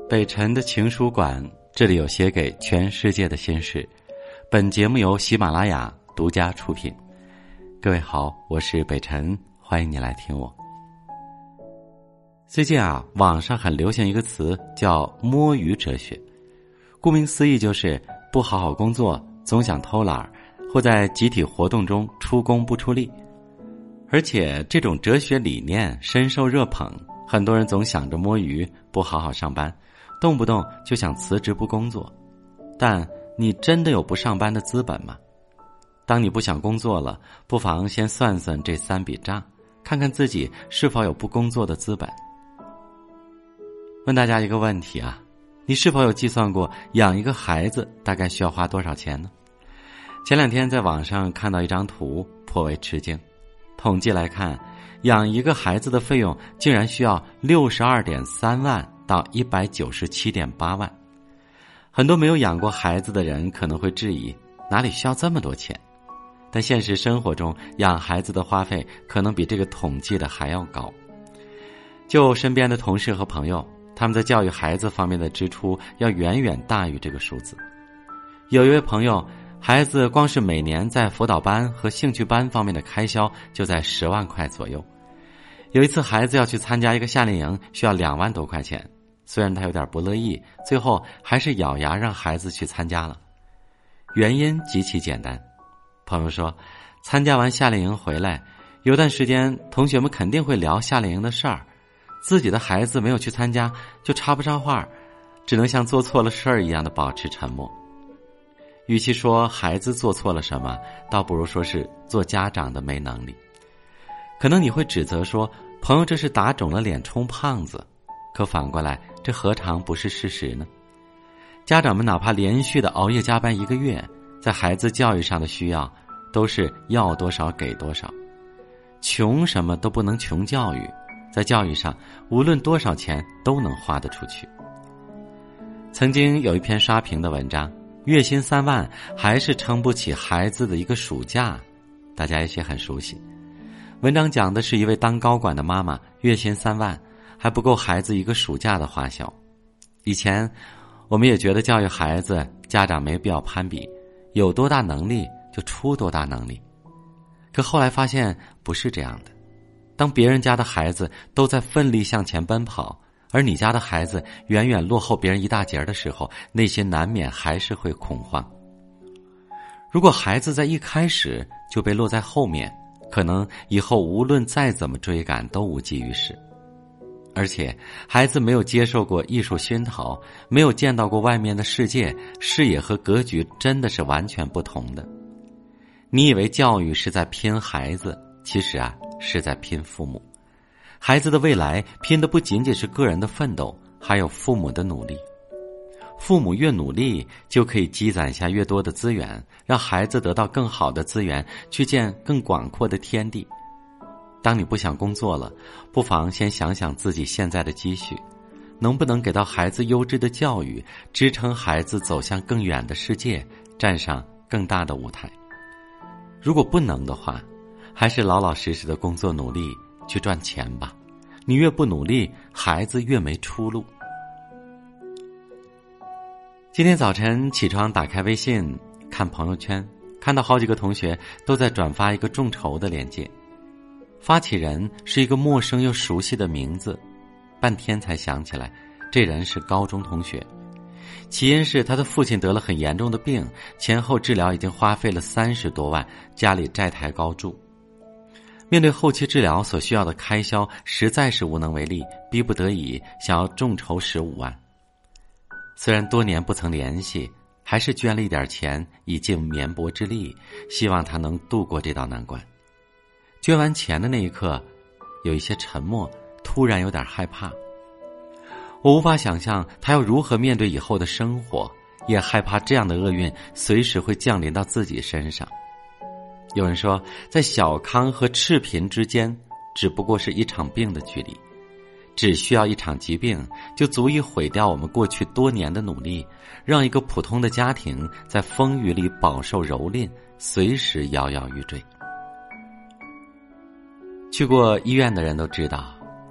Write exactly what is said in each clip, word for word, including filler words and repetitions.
北辰的情书馆，这里有写给全世界的心事。本节目由喜马拉雅独家出品。各位好，我是北辰，欢迎你来听我。最近啊，网上很流行一个词叫摸鱼哲学。顾名思义，就是不好好工作，总想偷懒，或在集体活动中出工不出力。而且这种哲学理念深受热捧，很多人总想着摸鱼，不好好上班，动不动就想辞职不工作。但你真的有不上班的资本吗？当你不想工作了，不妨先算算这三笔账，看看自己是否有不工作的资本。问大家一个问题啊，你是否有计算过养一个孩子大概需要花多少钱呢？前两天在网上看到一张图，颇为吃惊。统计来看，养一个孩子的费用竟然需要六十二点三万到一百九十七点八万。很多没有养过孩子的人可能会质疑，哪里需要这么多钱？但现实生活中，养孩子的花费可能比这个统计的还要高。就身边的同事和朋友，他们在教育孩子方面的支出要远远大于这个数字。有一位朋友，孩子光是每年在辅导班和兴趣班方面的开销就在十万块左右。有一次孩子要去参加一个夏令营，需要两万多块钱。虽然他有点不乐意，最后还是咬牙让孩子去参加了。原因极其简单，朋友说，参加完夏令营回来，有段时间同学们肯定会聊夏令营的事儿，自己的孩子没有去参加，就插不上话，只能像做错了事儿一样的保持沉默。与其说孩子做错了什么，倒不如说是做家长的没能力。可能你会指责说，朋友这是打肿了脸充胖子，可反过来，这何尝不是事实呢？家长们哪怕连续的熬夜加班一个月，在孩子教育上的需要都是要多少给多少。穷什么都不能穷教育，在教育上无论多少钱都能花得出去。曾经有一篇刷屏的文章，月薪三万还是撑不起孩子的一个暑假，大家也许很熟悉。文章讲的是一位当高管的妈妈，月薪三万还不够孩子一个暑假的花销。以前我们也觉得教育孩子，家长没必要攀比，有多大能力就出多大能力。可后来发现不是这样的，当别人家的孩子都在奋力向前奔跑，而你家的孩子远远落后别人一大截的时候，内心难免还是会恐慌。如果孩子在一开始就被落在后面，可能以后无论再怎么追赶都无济于事。而且孩子没有接受过艺术熏陶，没有见到过外面的世界，视野和格局真的是完全不同的。你以为教育是在拼孩子，其实啊是在拼父母。孩子的未来拼的不仅仅是个人的奋斗，还有父母的努力。父母越努力，就可以积攒下越多的资源，让孩子得到更好的资源，去见更广阔的天地。当你不想工作了，不妨先想想自己现在的积蓄，能不能给到孩子优质的教育，支撑孩子走向更远的世界，站上更大的舞台。如果不能的话，还是老老实实的工作努力去赚钱吧。你越不努力，孩子越没出路。今天早晨起床打开微信看朋友圈，看到好几个同学都在转发一个众筹的链接。发起人是一个陌生又熟悉的名字，半天才想起来，这人是高中同学。起因是他的父亲得了很严重的病，前后治疗已经花费了三十多万，家里债台高筑。面对后期治疗所需要的开销，实在是无能为力，逼不得已想要众筹十五万。虽然多年不曾联系，还是捐了一点钱，以尽绵薄之力，希望他能度过这道难关。捐完钱的那一刻，有一些沉默，突然有点害怕。我无法想象他要如何面对以后的生活，也害怕这样的厄运随时会降临到自己身上。有人说，在小康和赤贫之间，只不过是一场病的距离。只需要一场疾病，就足以毁掉我们过去多年的努力，让一个普通的家庭在风雨里饱受蹂躏，随时摇摇欲坠。去过医院的人都知道，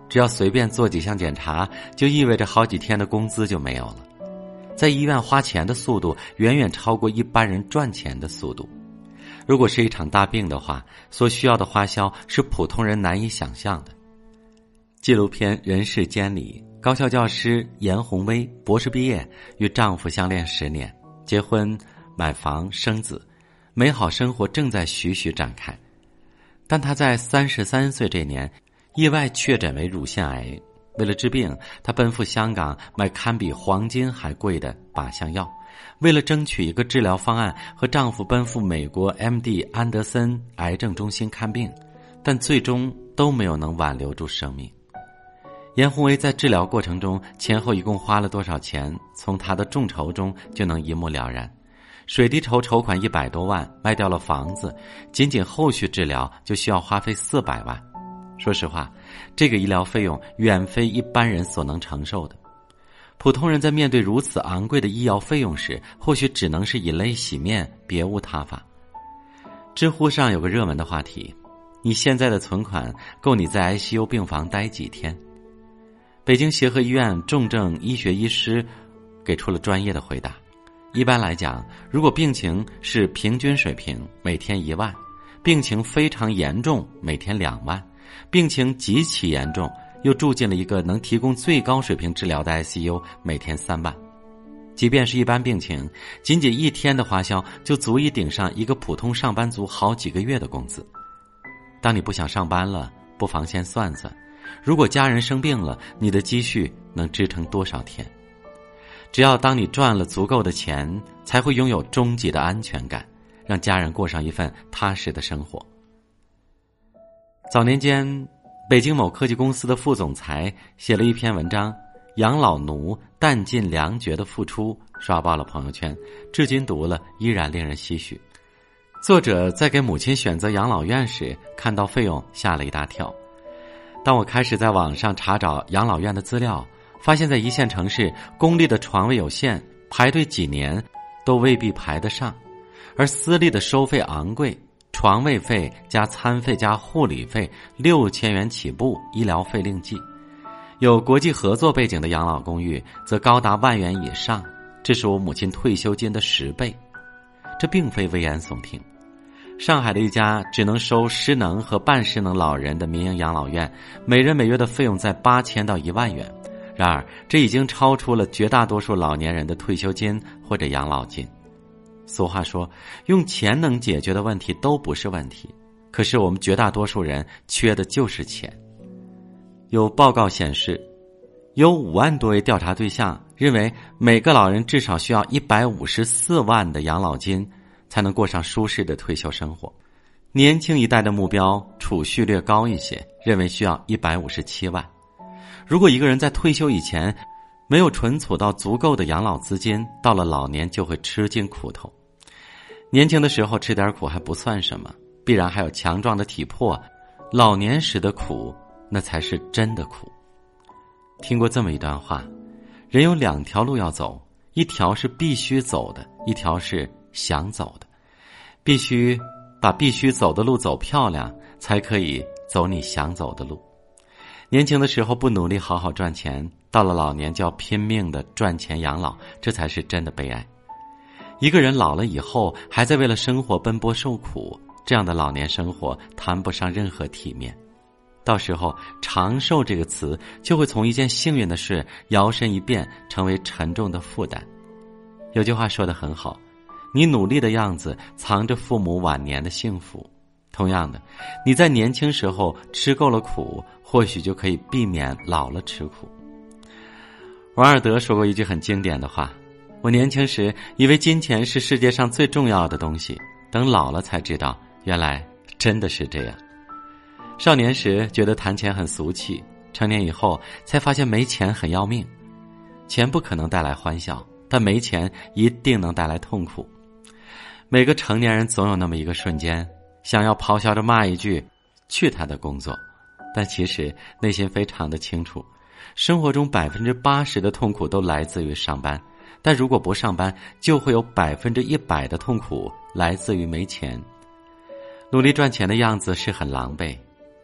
只要随便做几项检查，就意味着好几天的工资就没有了。在医院花钱的速度远远超过一般人赚钱的速度。如果是一场大病的话，所需要的花销是普通人难以想象的。纪录片《人世间》里，高校教师严红薇博士毕业，与丈夫相恋十年，结婚、买房、生子，美好生活正在徐徐展开。但她在三十三岁这年，意外确诊为乳腺癌。为了治病，她奔赴香港买堪比黄金还贵的靶向药。为了争取一个治疗方案，和丈夫奔赴美国 M D 安德森癌症中心看病，但最终都没有能挽留住生命。严红薇在治疗过程中前后一共花了多少钱，从她的众筹中就能一目了然。水滴筹筹款一百多万，卖掉了房子，仅仅后续治疗就需要花费四百万。说实话，这个医疗费用远非一般人所能承受的。普通人在面对如此昂贵的医药费用时，或许只能是以泪洗面，别无他法。知乎上有个热门的话题：你现在的存款够你在 I C U 病房待几天？北京协和医院重症医学医师给出了专业的回答。一般来讲，如果病情是平均水平，每天一万；病情非常严重，每天两万；病情极其严重，又住进了一个能提供最高水平治疗的 I C U， 每天三万。即便是一般病情，仅仅一天的花销就足以顶上一个普通上班族好几个月的工资。当你不想上班了，不妨先算算，如果家人生病了，你的积蓄能支撑多少天？只要当你赚了足够的钱，才会拥有终极的安全感，让家人过上一份踏实的生活。早年间，北京某科技公司的副总裁写了一篇文章，养老奴弹尽粮绝的付出，刷爆了朋友圈，至今读了依然令人唏嘘。作者在给母亲选择养老院时，看到费用吓了一大跳。当我开始在网上查找养老院的资料，发现在一线城市，公立的床位有限，排队几年都未必排得上，而私立的收费昂贵，床位费加餐费加护理费六千元起步，医疗费另计。有国际合作背景的养老公寓则高达万元以上，这是我母亲退休金的十倍。这并非危言耸听。上海的一家只能收失能和半失能老人的民营养老院，每人每月的费用在八千到一万元。然而，这已经超出了绝大多数老年人的退休金或者养老金。俗话说，用钱能解决的问题都不是问题，可是我们绝大多数人缺的就是钱。有报告显示，有五万多位调查对象认为，每个老人至少需要一百五十四万的养老金，才能过上舒适的退休生活。年轻一代的目标储蓄略高一些，认为需要一百五十七万。如果一个人在退休以前没有存储到足够的养老资金，到了老年就会吃尽苦头。年轻的时候吃点苦还不算什么，必然还有强壮的体魄，老年时的苦，那才是真的苦。听过这么一段话，人有两条路要走，一条是必须走的，一条是想走的。必须把必须走的路走漂亮，才可以走你想走的路。年轻的时候不努力好好赚钱，到了老年就要拼命的赚钱养老，这才是真的悲哀。一个人老了以后还在为了生活奔波受苦，这样的老年生活谈不上任何体面。到时候长寿这个词就会从一件幸运的事摇身一变成为沉重的负担。有句话说得很好，你努力的样子藏着父母晚年的幸福。同样的，你在年轻时候吃够了苦，或许就可以避免老了吃苦。王尔德说过一句很经典的话，我年轻时以为金钱是世界上最重要的东西，等老了才知道，原来真的是这样。少年时觉得谈钱很俗气，成年以后才发现没钱很要命。钱不可能带来欢笑，但没钱一定能带来痛苦。每个成年人总有那么一个瞬间，想要咆哮着骂一句去他的工作，但其实内心非常的清楚，生活中百分之八十的痛苦都来自于上班，但如果不上班，就会有百分之一百的痛苦来自于没钱。努力赚钱的样子是很狼狈，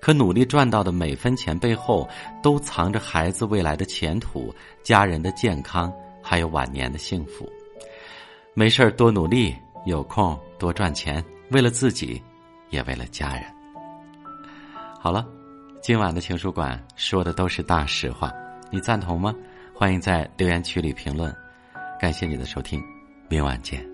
可努力赚到的每分钱背后，都藏着孩子未来的前途、家人的健康，还有晚年的幸福。没事多努力，有空多赚钱，为了自己，也为了家人。好了，今晚的情书馆说的都是大实话，你赞同吗？欢迎在留言区里评论。感谢你的收听，明晚见。